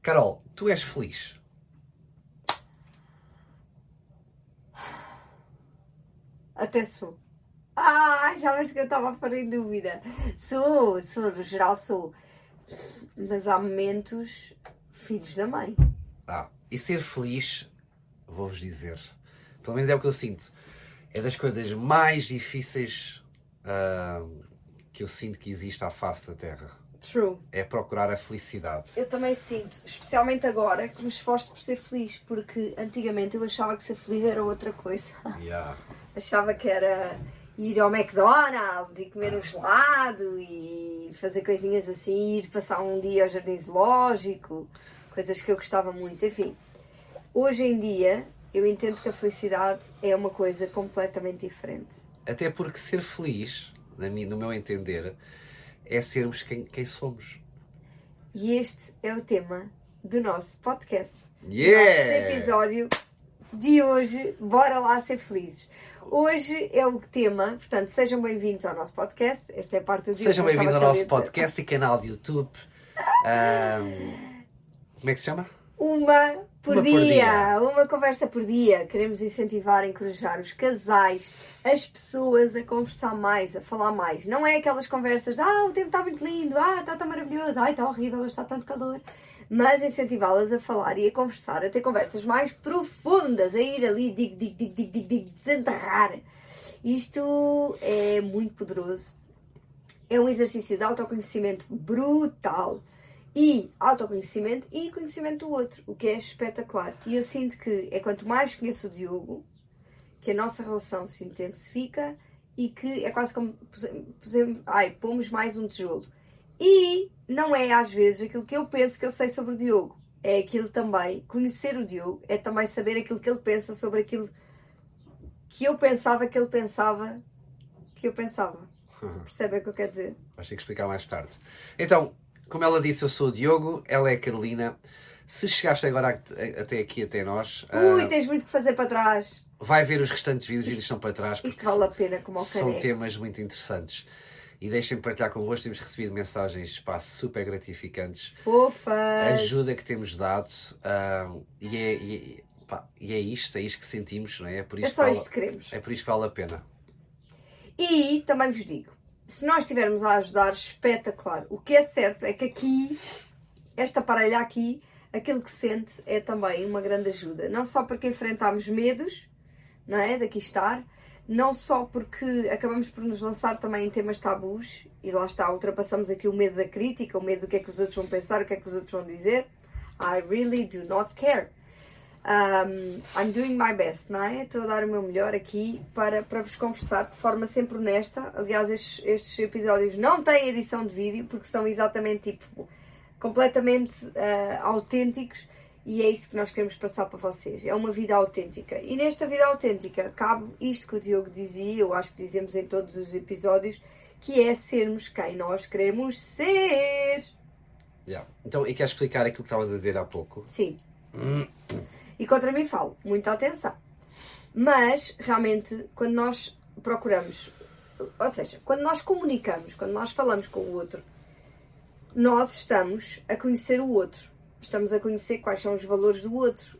Carol, tu és feliz? Até sou. Já vejo que eu estava a pôr em dúvida. Sou, no geral sou. Mas há momentos filhos da mãe. E ser feliz, vou-vos dizer, pelo menos é o que eu sinto, é das coisas mais difíceis que eu sinto que existe à face da Terra. True. É procurar a felicidade. Eu também sinto, especialmente agora, que me esforço por ser feliz, porque antigamente eu achava que ser feliz era outra coisa. Yeah. Achava que era ir ao McDonald's e comer um gelado e fazer coisinhas assim, ir passar um dia ao jardim zoológico, coisas que eu gostava muito. Enfim, hoje em dia eu entendo que a felicidade é uma coisa completamente diferente. Até porque ser feliz, no meu entender, é sermos quem somos. E este é o tema do nosso podcast. Yeah! Nosso episódio de hoje. Bora lá ser felizes. Hoje é o tema, portanto, sejam bem-vindos ao nosso podcast. Esta é a parte do dia. Sejam bem-vindos ao nosso podcast e canal de YouTube. Como é que se chama? Uma por dia. Uma conversa por dia. Queremos incentivar, encorajar os casais, as pessoas a conversar mais, a falar mais. Não é aquelas conversas, o tempo está muito lindo, está tão maravilhoso, está horrível, está tanto calor. Mas incentivá-las a falar e a conversar, a ter conversas mais profundas, a ir ali, desenterrar. Isto é muito poderoso. É um exercício de autoconhecimento brutal. E autoconhecimento e conhecimento do outro, o que é espetacular. E eu sinto que é quanto mais conheço o Diogo, que a nossa relação se intensifica e que é quase como pomos mais um tijolo. E não é às vezes aquilo que eu penso que eu sei sobre o Diogo. É aquilo também, conhecer o Diogo, é também saber aquilo que ele pensa sobre aquilo que eu pensava que ele pensava que eu pensava. Percebem o que eu quero dizer? Vais ter que explicar mais tarde. Então, como ela disse, eu sou o Diogo, ela é a Carolina. Se chegaste agora até aqui, até nós... tens muito que fazer para trás. Vai ver os restantes vídeos, os vídeos estão para trás. Isto vale a pena como ao caneco. São temas muito interessantes. E deixem-me partilhar convosco, temos recebido mensagens super gratificantes. Fofas! Ajuda que temos dado. E é isto que sentimos, não é? É por isto só isto que queremos. É por isto que vale a pena. E também vos digo, se nós estivermos a ajudar, espetacular. O que é certo é que aqui, esta parelha aqui, aquilo que sente é também uma grande ajuda. Não só porque enfrentamos medos, não é? Daqui estar. Não só porque acabamos por nos lançar também em temas tabus. E lá está, ultrapassamos aqui o medo da crítica, o medo do que é que os outros vão pensar, o que é que os outros vão dizer. I really do not care. I'm doing my best, não é? Estou a dar o meu melhor aqui para vos conversar de forma sempre honesta. Aliás, estes episódios não têm edição de vídeo porque são exatamente completamente autênticos e é isso que nós queremos passar para vocês. É uma vida autêntica. E nesta vida autêntica cabe isto que o Diogo dizia, eu acho que dizemos em todos os episódios, que é sermos quem nós queremos ser. Yeah. Então, e queres explicar aquilo que estavas a dizer há pouco? Sim. E contra mim falo, muita atenção. Mas, realmente, quando nós procuramos, ou seja, quando nós comunicamos, quando nós falamos com o outro, nós estamos a conhecer o outro. Estamos a conhecer quais são os valores do outro,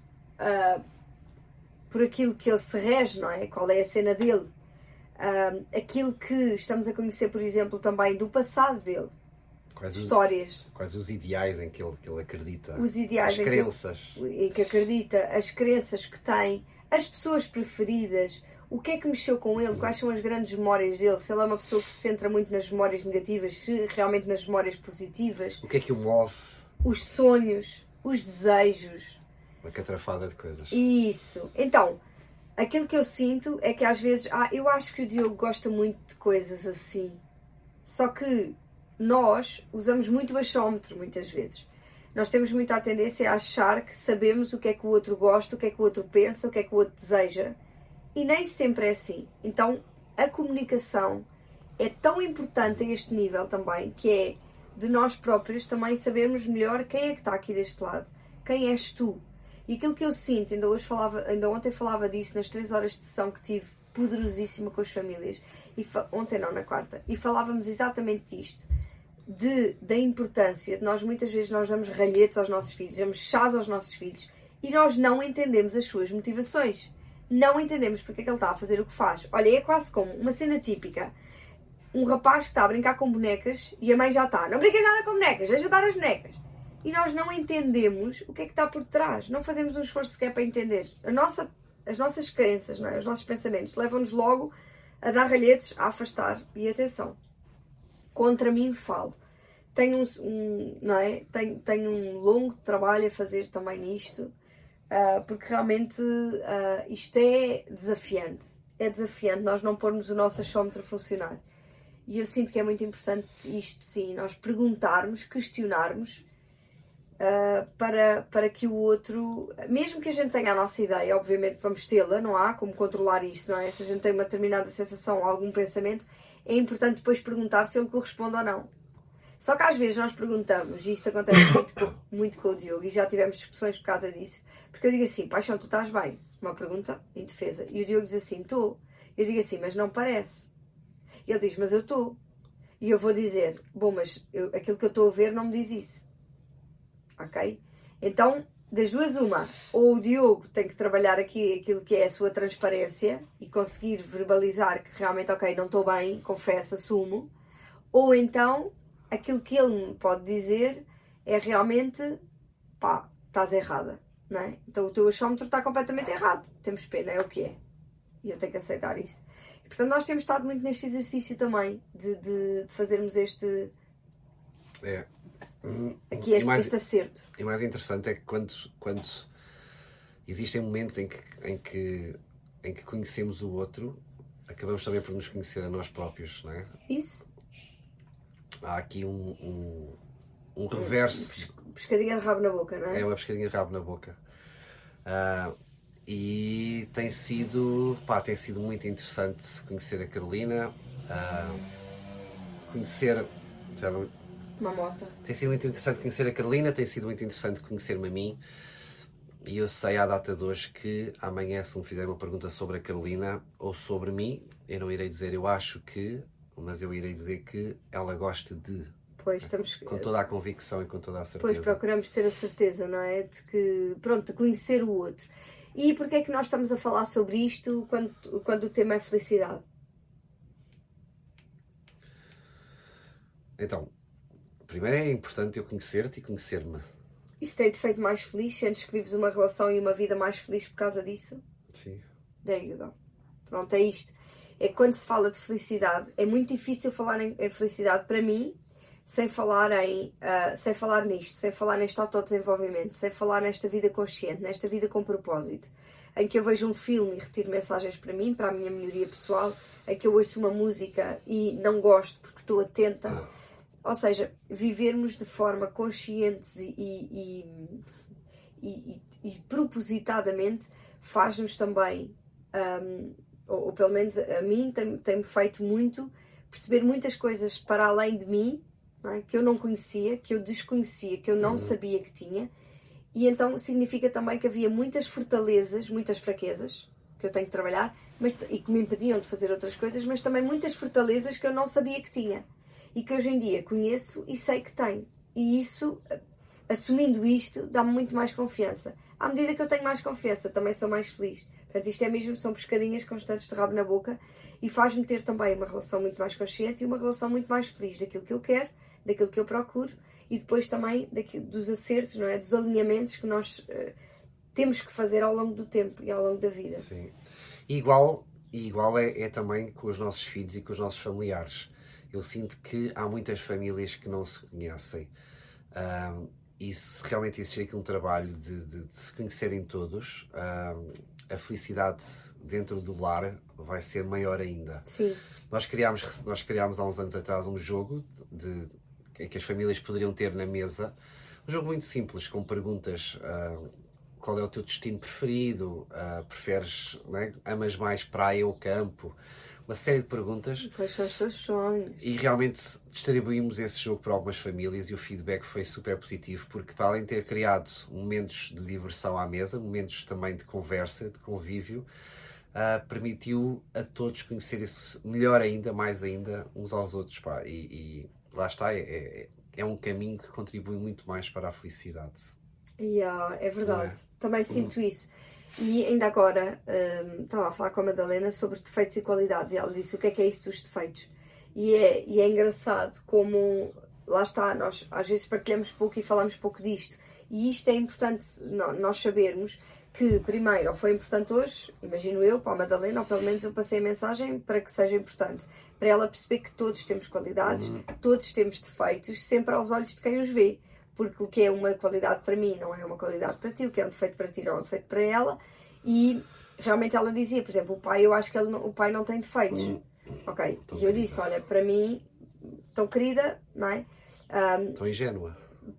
por aquilo que ele se rege, não é? Qual é a cena dele. Aquilo que estamos a conhecer, por exemplo, também do passado dele. Histórias. Quais os ideais em que ele acredita. Os ideais as crenças. Em que acredita, as crenças que tem, as pessoas preferidas, o que é que mexeu com ele, quais são as grandes memórias dele, se ele é uma pessoa que se centra muito nas memórias negativas, se realmente nas memórias positivas. O que é que o move? Os sonhos, os desejos. Uma catrafada de coisas. Isso. Então, aquilo que eu sinto é que às vezes, eu acho que o Diogo gosta muito de coisas assim. Só que nós usamos muito o baixómetro, muitas vezes. Nós temos muita tendência a achar que sabemos o que é que o outro gosta, o que é que o outro pensa, o que é que o outro deseja. E nem sempre é assim. Então, a comunicação é tão importante a este nível também, que é de nós próprios também sabermos melhor quem é que está aqui deste lado. Quem és tu? E aquilo que eu sinto, ainda ontem falava disso nas 3 horas de sessão que tive, poderosíssima com as famílias. Ontem não, na quarta. E falávamos exatamente disto. da importância de nós muitas vezes nós damos ralhetes aos nossos filhos, damos chás aos nossos filhos e nós não entendemos as suas motivações. Não entendemos porque é que ele está a fazer o que faz. Olha, é quase como uma cena típica. Um rapaz que está a brincar com bonecas e a mãe já está. Não brinques nada com bonecas, deixa dar as bonecas. E nós não entendemos o que é que está por trás. Não fazemos um esforço sequer para entender. As nossas crenças, não é? Os nossos pensamentos levam-nos logo a dar ralhetes, a afastar. E atenção, contra mim falo. Tenho não é? Tenho um longo trabalho a fazer também nisto, porque realmente isto é desafiante. É desafiante nós não pormos o nosso achómetro a funcionar. E eu sinto que é muito importante isto, sim, nós perguntarmos, questionarmos, para que o outro, mesmo que a gente tenha a nossa ideia, obviamente vamos tê-la, não há como controlar isso, não é? Se a gente tem uma determinada sensação ou algum pensamento, é importante depois perguntar se ele corresponde ou não. Só que às vezes nós perguntamos, e isso acontece muito com o Diogo, e já tivemos discussões por causa disso, porque eu digo assim, Paixão, tu estás bem? Uma pergunta em defesa. E o Diogo diz assim, estou. Eu digo assim, mas não parece. Ele diz, mas eu estou. E eu vou dizer, bom, mas aquilo que eu estou a ver não me diz isso. Ok? Então, das duas uma, ou o Diogo tem que trabalhar aqui aquilo que é a sua transparência e conseguir verbalizar que realmente, ok, não estou bem, confesso, assumo, ou então aquilo que ele me pode dizer é realmente, pá, estás errada, não é? Então o teu achómetro está completamente errado, temos pena, é o que é, e eu tenho que aceitar isso. E, portanto, nós temos estado muito neste exercício também de fazermos este acerto. E mais interessante é que quando existem momentos em que conhecemos o outro, acabamos também por nos conhecer a nós próprios, não é? Isso. Há aqui um reverso. Pescadinha de rabo na boca, não é? É uma pescadinha de rabo na boca. E tem sido muito interessante conhecer a Carolina, conhecer... Sabe, Mamota. tem sido muito interessante conhecer a Carolina, tem sido muito interessante conhecer-me a mim. E eu sei à data de hoje que amanhã, se me fizer uma pergunta sobre a Carolina ou sobre mim, eu não irei dizer eu acho que, mas eu irei dizer que ela gosta de. Pois, estamos... Com toda a convicção e com toda a certeza. Pois, procuramos ter a certeza, não é? De que, pronto, de conhecer o outro. E porquê é que nós estamos a falar sobre isto quando o tema é felicidade? Então, primeiro é importante eu conhecer-te e conhecer-me. Isso tem-te feito mais feliz? Sentes que vives uma relação e uma vida mais feliz por causa disso? Sim. There you go. Pronto, é isto. É que quando se fala de felicidade, é muito difícil falar em felicidade para mim sem falar nisto, sem falar neste autodesenvolvimento, sem falar nesta vida consciente, nesta vida com propósito, em que eu vejo um filme e retiro mensagens para mim, para a minha melhoria pessoal, em que eu ouço uma música e não gosto porque estou atenta. Ou seja, vivermos de forma consciente e propositadamente faz-nos também, ou pelo menos a mim, tem-me feito muito perceber muitas coisas para além de mim, não é? Que eu não conhecia, que eu desconhecia, que eu não sabia que tinha. E então significa também que havia muitas fortalezas, muitas fraquezas que eu tenho que trabalhar e que me impediam de fazer outras coisas, mas também muitas fortalezas que eu não sabia que tinha. E que hoje em dia conheço e sei que tenho. E isso, assumindo isto, dá-me muito mais confiança. À medida que eu tenho mais confiança, também sou mais feliz. Portanto, isto é mesmo, são pescadinhas constantes de rabo na boca e faz-me ter também uma relação muito mais consciente e uma relação muito mais feliz daquilo que eu quero, daquilo que eu procuro e depois também dos acertos, não é? Dos alinhamentos que nós temos que fazer ao longo do tempo e ao longo da vida. Sim. E igual é também com os nossos filhos e com os nossos familiares. Eu sinto que há muitas famílias que não se conhecem. E se realmente existir aqui um trabalho de se conhecerem todos, a felicidade dentro do lar vai ser maior ainda. Sim. Nós criámos há uns anos atrás um jogo em que as famílias poderiam ter na mesa. Um jogo muito simples, com perguntas... qual é o teu destino preferido? Preferes, não é? Amas mais praia ou campo? Uma série de perguntas. Quais são os teus sonhos? E realmente distribuímos esse jogo para algumas famílias e o feedback foi super positivo, porque para além de ter criado momentos de diversão à mesa, momentos também de conversa, de convívio, permitiu a todos conhecerem-se melhor ainda, mais ainda, uns aos outros. Pá. E lá está, é um caminho que contribui muito mais para a felicidade. É verdade. Também sinto isso. E ainda agora, estava a falar com a Madalena sobre defeitos e qualidades. E ela disse, o que é isso dos defeitos? E é engraçado como, lá está, nós às vezes partilhamos pouco e falamos pouco disto. E isto é importante nós sabermos que, primeiro, ou foi importante hoje, imagino eu, para a Madalena, ou pelo menos eu passei a mensagem para que seja importante. Para ela perceber que todos temos qualidades, todos temos defeitos, sempre aos olhos de quem os vê. Porque o que é uma qualidade para mim não é uma qualidade para ti, o que é um defeito para ti não é um defeito para ela. E realmente ela dizia, por exemplo, o pai, eu acho que o pai não tem defeitos. Ok, e eu disse, olha, para mim, tão querida, não é? Tão ingênua.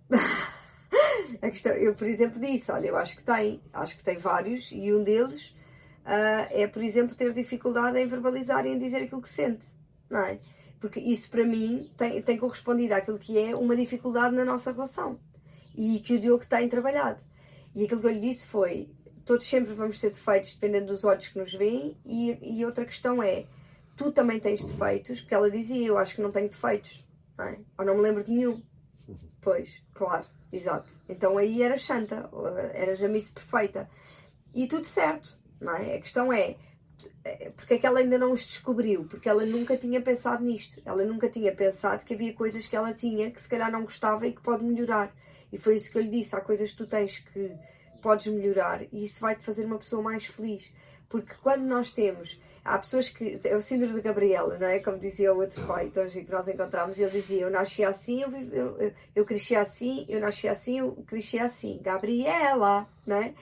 A questão, eu, por exemplo, disse, olha, eu acho que tem vários, e um deles é, por exemplo, ter dificuldade em verbalizar e em dizer aquilo que sente, não é? Porque isso, para mim, tem correspondido àquilo que é uma dificuldade na nossa relação. E que o Diogo tem trabalhado. E aquilo que eu lhe disse foi, todos sempre vamos ter defeitos, dependendo dos olhos que nos veem. E outra questão é, tu também tens defeitos, porque ela dizia, eu acho que não tenho defeitos. Não é? Ou não me lembro de nenhum. Pois, claro, exato. Então aí era chanta, era jamice perfeita. E tudo certo, não é? A questão é, porque é que ela ainda não os descobriu? Porque ela nunca tinha pensado nisto. Ela nunca tinha pensado que havia coisas que ela tinha que se calhar não gostava e que pode melhorar. E foi isso que eu lhe disse. Há coisas que tu tens que podes melhorar e isso vai-te fazer uma pessoa mais feliz. Porque quando nós temos... Há pessoas que... É o síndrome de Gabriela, não é? Como dizia o outro pai hoje que nós encontramos. Ele dizia, eu nasci assim, eu cresci assim, eu nasci assim, eu cresci assim. Gabriela, não é?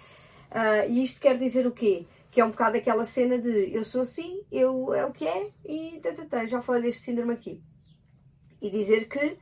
E isto quer dizer o quê? Que é um bocado aquela cena de eu sou assim, é o que é e já falei deste síndrome aqui. E dizer que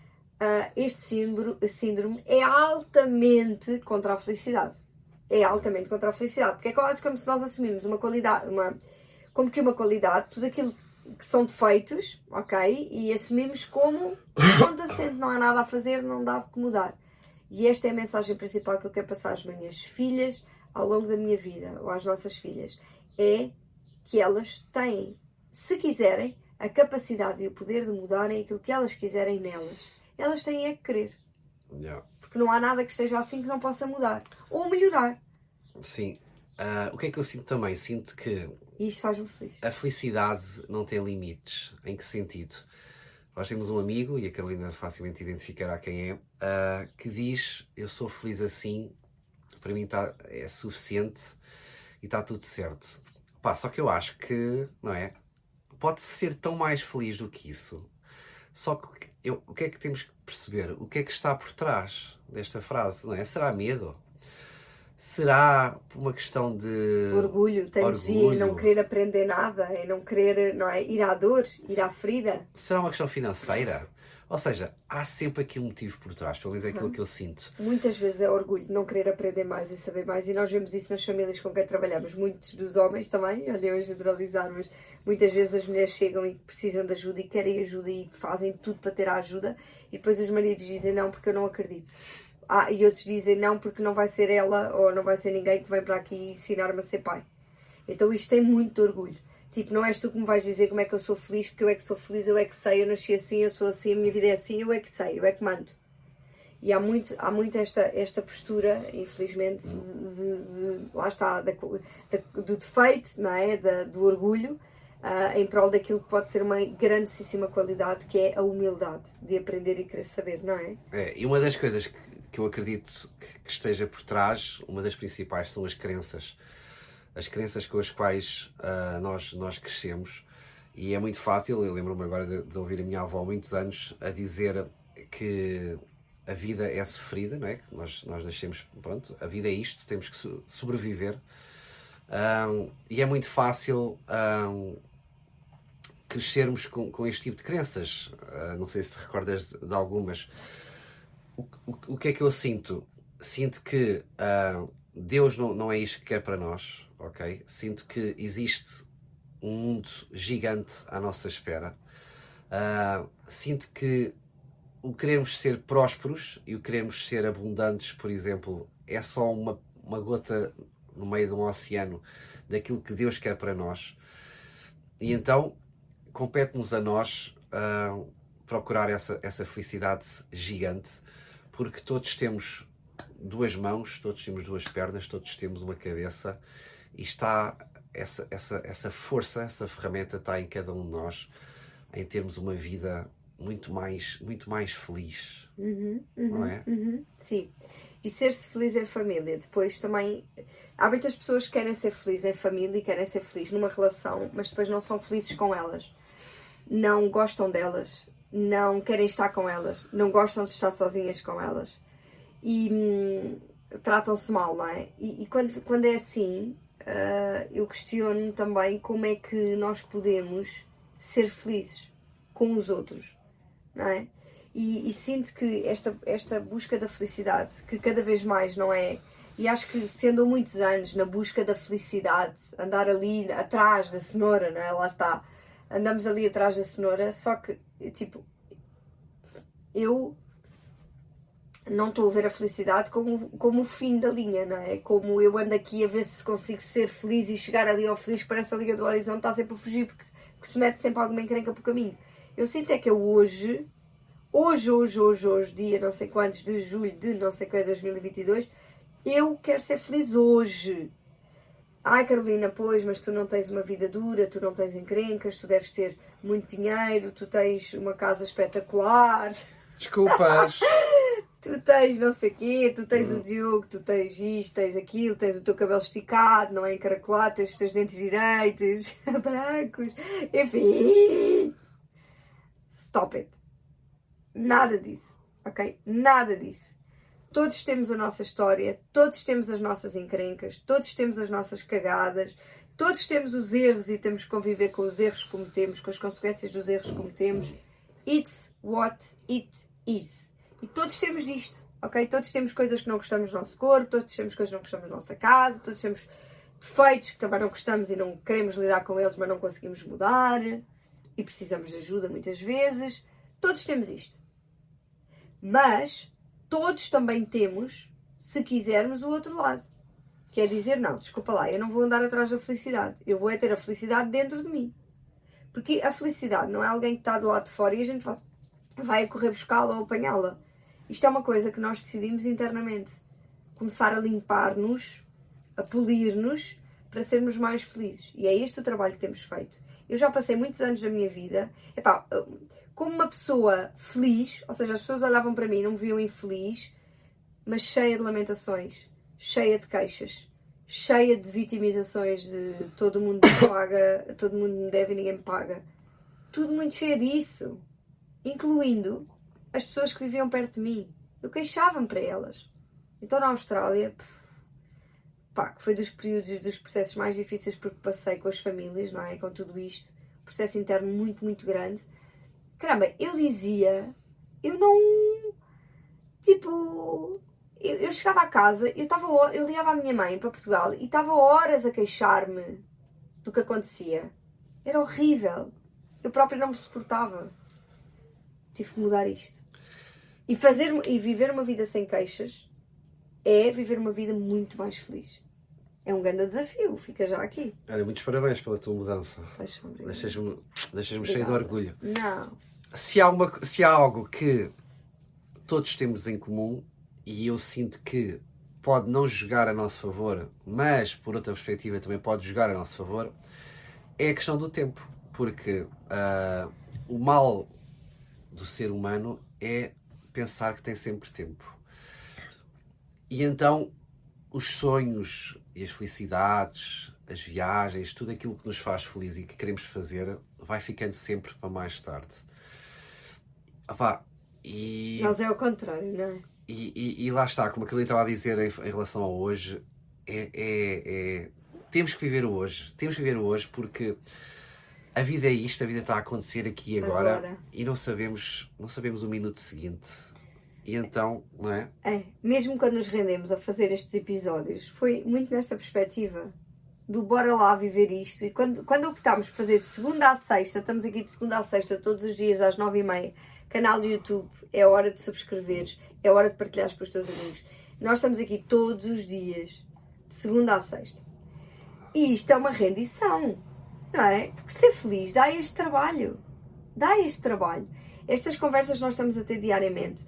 este síndrome é altamente contra a felicidade. É altamente contra a felicidade. Porque é quase como se nós assumimos uma qualidade, como que uma qualidade, tudo aquilo que são defeitos, ok? E assumimos como ponto assente, não há nada a fazer, não dá que mudar. E esta é a mensagem principal que eu quero passar às minhas filhas ao longo da minha vida, ou às nossas filhas, é que elas têm, se quiserem, a capacidade e o poder de mudarem aquilo que elas quiserem nelas. Elas têm é que querer. Porque não há nada que esteja assim que não possa mudar. Ou melhorar. Sim. O que é que eu sinto também? Sinto que... E isto faz-me feliz. A felicidade não tem limites. Em que sentido? Nós temos um amigo, e a Carolina facilmente identificará quem é, que diz, eu sou feliz assim, para mim é suficiente e está tudo certo. Só que eu acho que, não é? Pode-se ser tão mais feliz do que isso. Só que o que é que temos que perceber? O que é que está por trás desta frase? Não é? Será medo? Será uma questão de... Orgulho, teimosia, em não querer aprender nada, em não querer, não é? Ir à dor, ir à ferida. Será uma questão financeira? Ou seja, há sempre aqui um motivo por trás, pelo menos é aquilo que eu sinto. Muitas vezes é orgulho de não querer aprender mais e saber mais, e nós vemos isso nas famílias com quem trabalhamos. Muitos dos homens também, olha eu a generalizar, mas muitas vezes as mulheres chegam e precisam de ajuda e querem ajuda e fazem tudo para ter a ajuda, e depois os maridos dizem não porque eu não acredito. E outros dizem não porque não vai ser ela ou não vai ser ninguém que vem para aqui ensinar-me a ser pai. Então isto tem muito orgulho. Tipo, não és tu que me vais dizer como é que eu sou feliz, porque eu é que sou feliz, eu é que sei, eu nasci assim, eu sou assim, a minha vida é assim, eu é que sei, eu é que mando. E há muito esta postura, infelizmente, lá está, do defeito, não é? Do orgulho, em prol daquilo que pode ser uma grandíssima qualidade, que é a humildade, de aprender e querer saber, não é? E uma das coisas que eu acredito que esteja por trás, uma das principais, são as crenças. As crenças com as quais nós crescemos. E é muito fácil, eu lembro-me agora de ouvir a minha avó há muitos anos a dizer que a vida é sofrida, não é? Que nós nascemos, pronto, a vida é isto, temos que sobreviver. E é muito fácil crescermos com este tipo de crenças. Não sei se te recordas de algumas. O que é que eu sinto? Sinto que Deus não é isto que quer para nós. Ok? Sinto que existe um mundo gigante à nossa espera. Sinto que o queremos ser prósperos e o queremos ser abundantes, por exemplo, é só uma gota no meio de um oceano daquilo que Deus quer para nós. E então compete-nos a nós procurar essa felicidade gigante, porque todos temos duas mãos, todos temos duas pernas, todos temos uma cabeça, e está essa força, essa ferramenta está em cada um de nós, em termos uma vida muito mais feliz, não é? Sim. E ser-se feliz em família. Depois também, há muitas pessoas que querem ser felizes em família e querem ser felizes numa relação, mas depois não são felizes com elas. Não gostam delas, não querem estar com elas, não gostam de estar sozinhas com elas. E tratam-se mal, não é? E quando é assim, eu questiono também como é que nós podemos ser felizes com os outros, não é? E sinto que esta busca da felicidade, que cada vez mais não é... E acho que se andou muitos anos na busca da felicidade, andar ali atrás da cenoura, não é? Lá está. Andamos ali atrás da cenoura, só que, tipo, eu não estou a ver a felicidade como o fim da linha, não é? Como eu ando aqui a ver se consigo ser feliz e chegar ali ao feliz, parece a linha do horizonte está sempre a fugir, porque se mete sempre alguma encrenca por caminho. Eu sinto é que eu hoje, dia não sei quantos de julho de não sei qual é 2022, eu quero ser feliz hoje. Ai, Carolina, pois, mas tu não tens uma vida dura, tu não tens encrencas, tu deves ter muito dinheiro, tu tens uma casa espetacular. Desculpas. Tu tens não sei o quê, tu tens o Diogo, tu tens isto, tens aquilo, tens o teu cabelo esticado, não é encaracolado, tens os teus dentes direitos, brancos, enfim. Stop it. Nada disso, ok? Nada disso. Todos temos a nossa história, todos temos as nossas encrencas, todos temos as nossas cagadas, todos temos os erros e temos que conviver com os erros que cometemos, com as consequências dos erros que cometemos. It's what it is. E todos temos disto, ok? Todos temos coisas que não gostamos do nosso corpo, todos temos coisas que não gostamos da nossa casa, todos temos defeitos que também não gostamos e não queremos lidar com eles, mas não conseguimos mudar e precisamos de ajuda muitas vezes. Todos temos isto. Mas todos também temos, se quisermos, o outro lado. Que é dizer, não, desculpa lá, eu não vou andar atrás da felicidade. Eu vou é ter a felicidade dentro de mim. Porque a felicidade não é alguém que está do lado de fora e a gente vai a correr buscá-la ou apanhá-la. Isto é uma coisa que nós decidimos internamente. Começar a limpar-nos, a polir-nos, para sermos mais felizes. E é este o trabalho que temos feito. Eu já passei muitos anos da minha vida, como uma pessoa feliz, ou seja, as pessoas olhavam para mim e não me viam infeliz, mas cheia de lamentações, cheia de queixas, cheia de vitimizações de todo mundo me paga, todo mundo me deve e ninguém me paga. Tudo muito cheio disso. Incluindo as pessoas que viviam perto de mim. Eu queixava-me para elas. Então na Austrália, que foi dos períodos, dos processos mais difíceis porque passei com as famílias, não é? Com tudo isto. Um processo interno muito, muito grande. Caramba, eu dizia, eu não... Tipo... Eu chegava a casa, eu ligava à minha mãe para Portugal e estava horas a queixar-me do que acontecia. Era horrível. Eu própria não me suportava. Tive que mudar isto. E viver uma vida sem queixas é viver uma vida muito mais feliz. É um grande desafio, fica já aqui. Olha, muitos parabéns pela tua mudança. Deixas-me cheio de orgulho. Não. Se há algo que todos temos em comum, e eu sinto que pode não jogar a nosso favor, mas por outra perspectiva também pode jogar a nosso favor, é a questão do tempo. Porque o mal do ser humano é pensar que tem sempre tempo. E então os sonhos e as felicidades, as viagens, tudo aquilo que nos faz feliz e que queremos fazer, vai ficando sempre para mais tarde. Mas é o contrário, não é? E lá está, como aquilo que eu estava a dizer em relação ao hoje, temos que viver o hoje. Temos que viver o hoje porque a vida é isto, a vida está a acontecer aqui e agora. E não sabemos o minuto seguinte. E então, não é? Mesmo quando nos rendemos a fazer estes episódios, foi muito nesta perspectiva do bora lá viver isto. E quando optámos por fazer de segunda à sexta, estamos aqui de segunda à sexta todos os dias às 9h30, canal do YouTube, é hora de subscreveres, é hora de partilhares para os teus amigos. Nós estamos aqui todos os dias, de segunda à sexta. E isto é uma rendição, não é? Porque ser feliz dá este trabalho. Dá este trabalho. Estas conversas nós estamos a ter diariamente.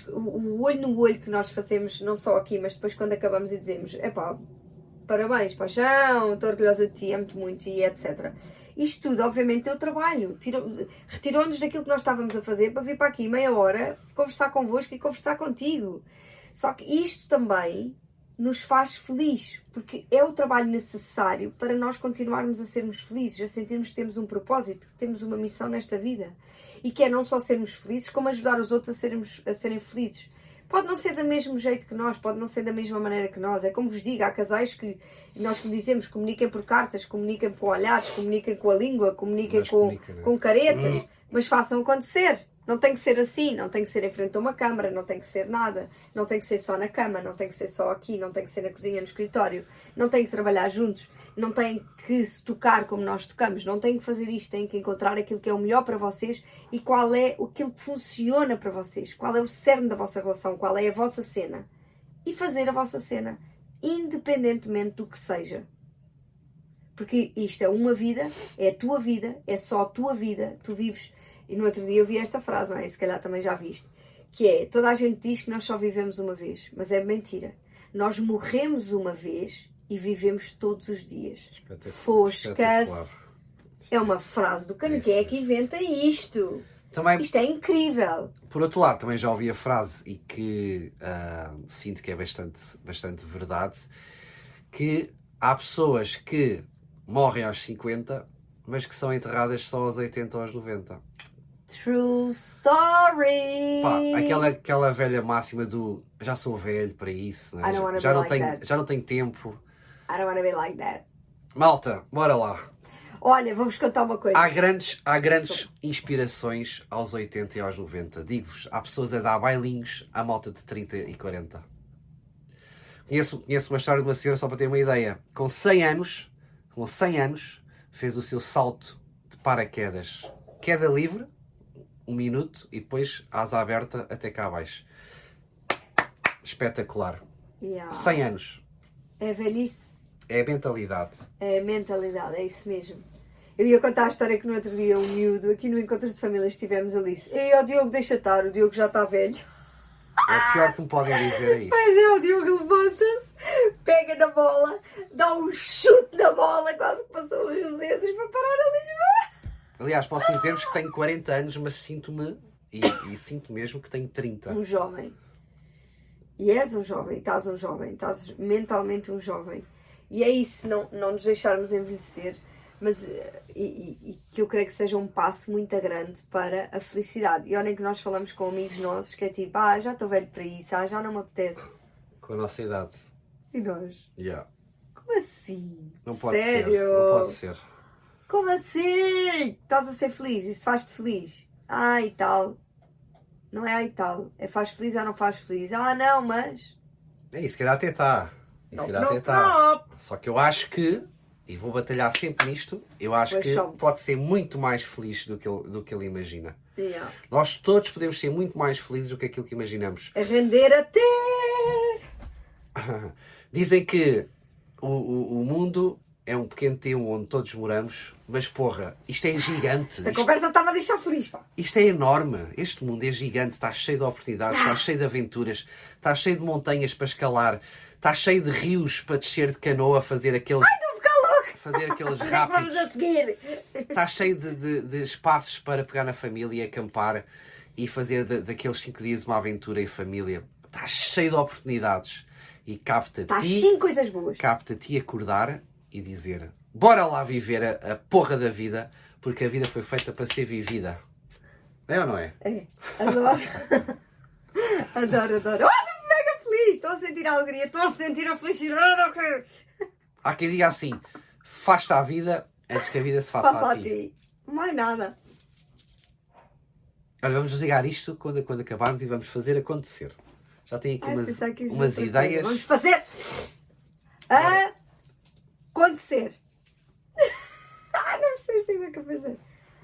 O olho no olho que nós fazemos, não só aqui, mas depois quando acabamos e dizemos, epá, parabéns, paixão, estou orgulhosa de ti, amo-te muito e etc. Isto tudo, obviamente, é o trabalho. Retirou-nos daquilo que nós estávamos a fazer para vir para aqui meia hora, conversar convosco e conversar contigo. Só que isto também nos faz felizes, porque é o trabalho necessário para nós continuarmos a sermos felizes, a sentirmos que temos um propósito, que temos uma missão nesta vida. E que é não só sermos felizes, como ajudar os outros a serem felizes. Pode não ser do mesmo jeito que nós, pode não ser da mesma maneira que nós. É como vos digo, há casais que nós que dizemos, comuniquem por cartas, comuniquem com olhares, comuniquem com a língua, comuniquem com caretas, mas façam acontecer. Não tem que ser assim, não tem que ser em frente a uma câmara, não tem que ser nada, não tem que ser só na cama, não tem que ser só aqui, não tem que ser na cozinha, no escritório, não tem que trabalhar juntos, não tem que se tocar como nós tocamos, não tem que fazer isto, tem que encontrar aquilo que é o melhor para vocês e qual é aquilo que funciona para vocês, qual é o cerne da vossa relação, qual é a vossa cena. E fazer a vossa cena, independentemente do que seja. Porque isto é uma vida, é a tua vida, é só a tua vida, tu vives. E no outro dia eu vi esta frase, não é? Se calhar também já viste. Que é, toda a gente diz que nós só vivemos uma vez. Mas é mentira. Nós morremos uma vez e vivemos todos os dias. Fosca-se. É uma frase do Canequé que inventa isto. Também, isto é incrível. Por outro lado, também já ouvi a frase e que sinto que é bastante verdade. Que há pessoas que morrem aos 50, mas que são enterradas só aos 80 ou aos 90. True story! Pá, aquela velha máxima do já sou velho para isso, né? já não tenho tempo. I don't wanna be like that. Malta, bora lá. Olha, vou-vos contar uma coisa. Há grandes inspirações aos 80 e aos 90. Digo-vos, há pessoas a dar bailinhos à malta de 30 e 40. Conheço uma história de uma senhora, só para ter uma ideia. Com 100 anos, fez o seu salto de paraquedas. Queda livre, 1 minuto, e depois asa aberta até cá abaixo. Espetacular. Yeah. 100 anos. É velhice. É a mentalidade. É a mentalidade, é isso mesmo. Eu ia contar a história que no outro dia um miúdo, aqui no encontro de família, estivemos ali. Ei, o Diogo, deixa estar, o Diogo já está velho. É o pior que me podem dizer aí. Mas é, o Diogo levanta-se, pega na bola, dá um chute na bola, quase que passou os dedos para parar ali. Aliás, posso dizer-vos que tenho 40 anos, mas sinto-me, e sinto mesmo que tenho 30. Um jovem. E és um jovem, estás mentalmente um jovem. E é isso, não nos deixarmos envelhecer, mas e que eu creio que seja um passo muito grande para a felicidade. E olhem que nós falamos com amigos nossos que é tipo, já estou velho para isso, já não me apetece. Com a nossa idade. E nós? Yeah. Como assim? Não pode Sério? ser, não pode ser. Como assim? Estás a ser feliz? Isso faz-te feliz? E tal. Não é e tal. É faz feliz ou não faz feliz? Não, mas... É isso, se calhar até está. Só que eu acho que, e vou batalhar sempre nisto, eu acho que pode ser muito mais feliz do que ele imagina. Yeah. Nós todos podemos ser muito mais felizes do que aquilo que imaginamos. A render até... Dizem que o mundo é um pequeno teu onde todos moramos, mas porra, isto é gigante. Esta conversa estava a deixar feliz, pá. Isto é enorme. Este mundo é gigante, está cheio de oportunidades, está cheio de aventuras, está cheio de montanhas para escalar, está cheio de rios para descer de canoa, fazer aqueles... fazer aqueles rápidos. Vamos a seguir. Está cheio de espaços para pegar na família e acampar e fazer daqueles 5 dias uma aventura em família. Está cheio de oportunidades. E capta-te. Está cheio de coisas boas. Capta-te acordar e dizer: bora lá viver a porra da vida, porque a vida foi feita para ser vivida. É ou não é? É. Adoro. Adoro. Estou mega feliz. Estou a sentir a alegria. Estou a sentir a felicidade. Há quem diga assim: faz-te à vida antes que a vida se faça a ti. Mais nada. Olha, vamos desligar isto quando acabarmos e vamos fazer acontecer. Já tenho aqui umas ideias. Vamos fazer acontecer. Não precisas ainda que fazer.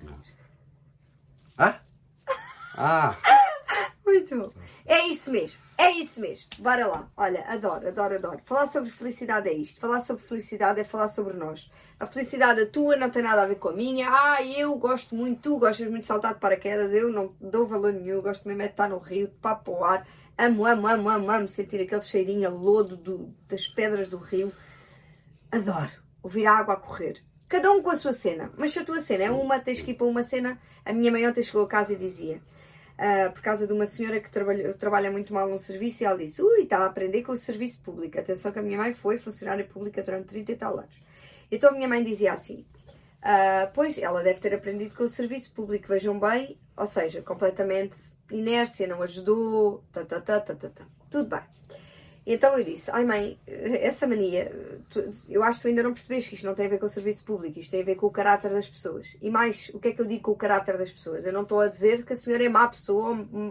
Muito bom. É isso mesmo. É isso mesmo, bora lá. Olha, adoro. Falar sobre felicidade é isto. Falar sobre felicidade é falar sobre nós. A felicidade a tua não tem nada a ver com a minha. Eu gosto muito, tu gostas muito de saltar de paraquedas, eu não dou valor nenhum, gosto mesmo de estar no rio, de papo ao ar. Amo sentir aquele cheirinho a lodo das pedras do rio. Adoro ouvir a água a correr. Cada um com a sua cena. Mas se a tua cena é uma, tens que ir para uma cena. A minha mãe ontem chegou a casa e dizia... por causa de uma senhora que trabalha muito mal num serviço e ela disse, está a aprender com o serviço público. Atenção que a minha mãe foi funcionária pública durante 30 e tal anos. Então a minha mãe dizia assim, pois ela deve ter aprendido com o serviço público, vejam bem, ou seja, completamente inércia, não ajudou, tudo bem. Então eu disse, mãe, essa mania, eu acho que tu ainda não percebes que isto não tem a ver com o serviço público, isto tem a ver com o caráter das pessoas. E mais, o que é que eu digo com o caráter das pessoas? Eu não estou a dizer que a senhora é má pessoa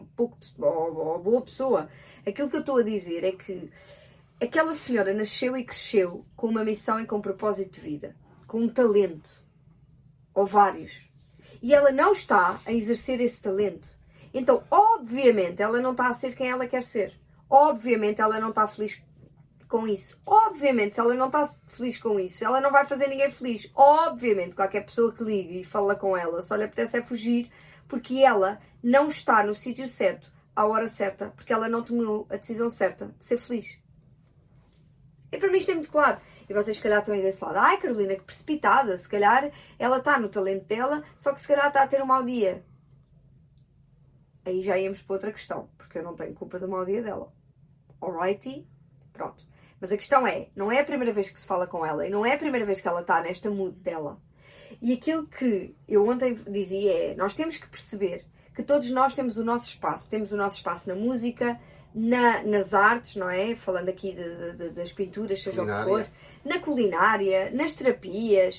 ou boa pessoa. Aquilo que eu estou a dizer é que aquela senhora nasceu e cresceu com uma missão e com um propósito de vida, com um talento, ou vários. E ela não está a exercer esse talento. Então, obviamente, ela não está a ser quem ela quer ser. Obviamente ela não está feliz com isso. Obviamente, se ela não está feliz com isso, ela não vai fazer ninguém feliz. Obviamente, qualquer pessoa que ligue e fala com ela só lhe apetece é fugir, porque ela não está no sítio certo, à hora certa, porque ela não tomou a decisão certa de ser feliz. E para mim isto é muito claro. E vocês se calhar estão aí desse lado. Carolina, que precipitada. Se calhar ela está no talento dela, só que se calhar está a ter um mau dia. Aí já íamos para outra questão, porque eu não tenho culpa do mau dia dela. Alrighty? Pronto. Mas a questão é, não é a primeira vez que se fala com ela e não é a primeira vez que ela está nesta mood dela. E aquilo que eu ontem dizia é, nós temos que perceber que todos nós temos o nosso espaço. Temos o nosso espaço na música, nas artes, não é? Falando aqui das pinturas, seja o que for. Na culinária, nas terapias,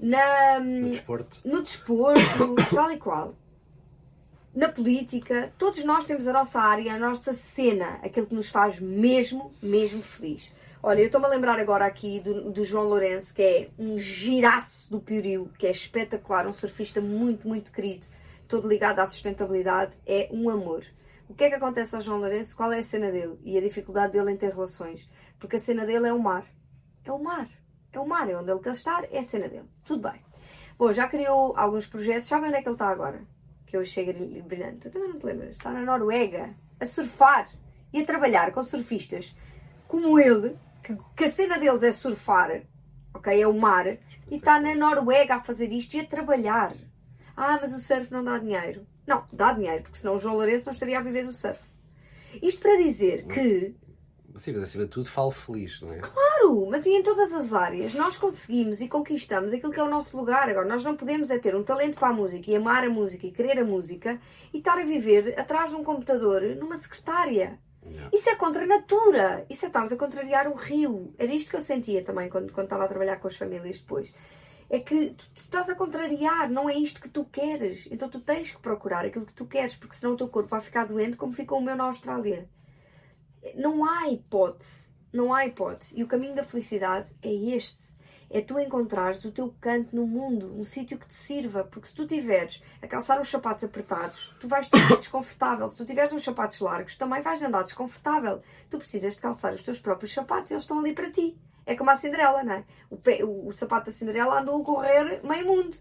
no desporto, tal e qual. Na política, todos nós temos a nossa área, a nossa cena, aquilo que nos faz mesmo feliz. Olha, eu estou-me a lembrar agora aqui do João Lourenço, que é um giraço do Pioriu, que é espetacular, um surfista muito querido, todo ligado à sustentabilidade, é um amor. O que é que acontece ao João Lourenço? Qual é a cena dele? E a dificuldade dele em ter relações? Porque a cena dele é o mar. É o mar. É o mar, é onde ele quer estar, é a cena dele. Tudo bem. Bom, já criou alguns projetos, sabem onde é que ele está agora? Que eu chego brilhante. Tu também não te lembras? Está na Noruega, a surfar e a trabalhar com surfistas como ele, que a cena deles é surfar, ok? É o mar, e está na Noruega a fazer isto e a trabalhar. Mas o surf não dá dinheiro. Não, dá dinheiro, porque senão o João Lourenço não estaria a viver do surf. Isto para dizer que... Sim, mas acima de tudo falo feliz, não é? Claro, mas e em todas as áreas nós conseguimos e conquistamos aquilo que é o nosso lugar. Agora, nós não podemos é ter um talento para a música e amar a música e querer a música e estar a viver atrás de um computador numa secretária. Não. Isso é contra a natura. Isso é estar a contrariar o rio. Era isto que eu sentia também quando estava a trabalhar com as famílias depois. É que tu estás a contrariar, não é isto que tu queres. Então tu tens que procurar aquilo que tu queres, porque senão o teu corpo vai ficar doente como ficou o meu na Austrália. Não há hipótese. Não há hipótese. E o caminho da felicidade é este. É tu encontrares o teu canto no mundo, um sítio que te sirva. Porque se tu tiveres a calçar uns sapatos apertados, tu vais ser desconfortável. Se tu tiveres uns sapatos largos, também vais andar desconfortável. Tu precisas de calçar os teus próprios sapatos e eles estão ali para ti. É como a Cinderela, não é? O sapato da Cinderela andou a correr meio mundo.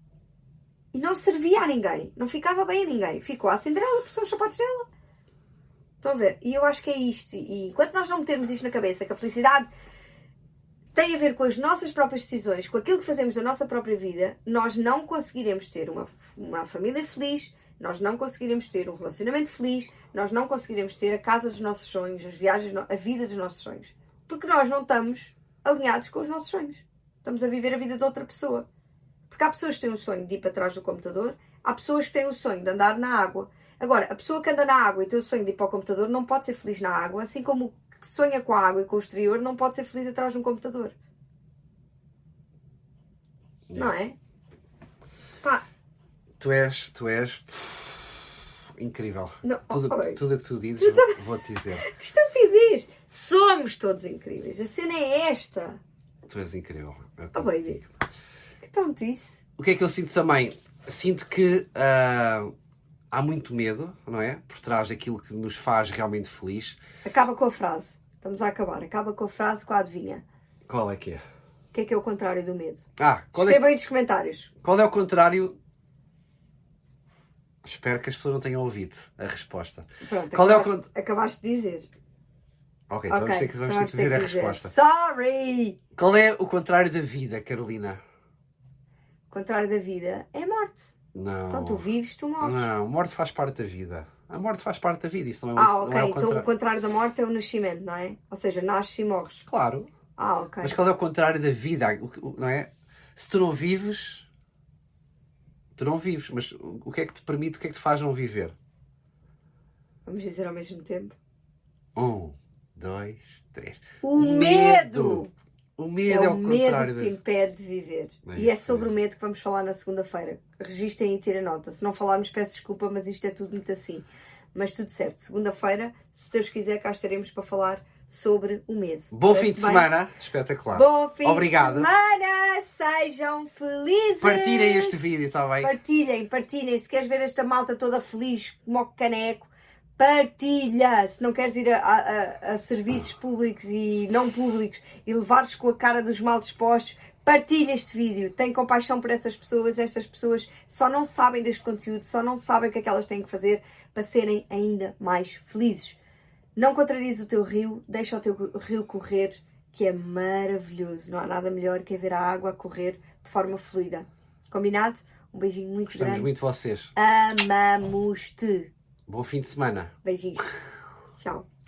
E não servia a ninguém. Não ficava bem a ninguém. Ficou a Cinderela porque são os sapatos dela. Estão a ver? E eu acho que é isto. E enquanto nós não metermos isto na cabeça, que a felicidade tem a ver com as nossas próprias decisões, com aquilo que fazemos da nossa própria vida, nós não conseguiremos ter uma família feliz, nós não conseguiremos ter um relacionamento feliz, nós não conseguiremos ter a casa dos nossos sonhos, as viagens, a vida dos nossos sonhos. Porque nós não estamos alinhados com os nossos sonhos. Estamos a viver a vida de outra pessoa. Porque há pessoas que têm o sonho de ir para trás do computador, há pessoas que têm o sonho de andar na água. Agora, a pessoa que anda na água e tem o sonho de ir para o computador não pode ser feliz na água, assim como o que sonha com a água e com o exterior não pode ser feliz atrás de um computador. Não é? Pá. Tu és incrível. Não, tudo o que tu dizes, vou-te dizer. Que estupidez! Somos todos incríveis. A cena é esta. Tu és incrível. Oh, baby. Que tão disse? O que é que eu sinto também? Sinto que há muito medo, não é? Por trás daquilo que nos faz realmente feliz. Acaba com a frase. Estamos a acabar. Acaba com a frase, com a adivinha. Qual é que é? O que é o contrário do medo? Escreva aí nos comentários. Qual é o contrário? Espero que as pessoas não tenham ouvido a resposta. Pronto, Qual acabaste de dizer. Ok, então vamos ter que dizer a resposta. Sorry! Qual é o contrário da vida, Carolina? O contrário da vida é morte. Não. Então tu vives, tu morres. Não, morte faz parte da vida. A morte faz parte da vida, isso não é ok. Não é então o contrário da morte é o nascimento, não é? Ou seja, nasces e morres. Claro. Ok. Mas qual é o contrário da vida? Não é? Se tu não vives, tu não vives. Mas o que é que te permite, o que é que te faz não viver? Vamos dizer ao mesmo tempo. 1, 2, 3. O medo! O medo é o medo que te impede de viver. E é sobre mesmo. o medo que vamos falar na segunda-feira. Registrem e tirem nota. Se não falarmos, peço desculpa, mas isto é tudo muito assim. Mas tudo certo. Segunda-feira, se Deus quiser, cá estaremos para falar sobre o medo. Bom fim de semana. Espetacular. Bom fim Obrigado. de semana. Sejam felizes. Partilhem este vídeo, está bem? Partilhem. Se queres ver esta malta toda feliz, como o caneco, partilha. Se não queres ir a serviços públicos e não públicos e levares com a cara dos mal dispostos, partilha este vídeo. Tem compaixão por essas pessoas. Estas pessoas só não sabem deste conteúdo, só não sabem o que é que elas têm que fazer para serem ainda mais felizes. Não contraries o teu rio, deixa o teu rio correr, que é maravilhoso. Não há nada melhor que ver a água correr de forma fluida. Combinado? Um beijinho muito Gostamos grande. muito de vocês. Amamos-te. Bom fim de semana. Beijinhos. Tchau.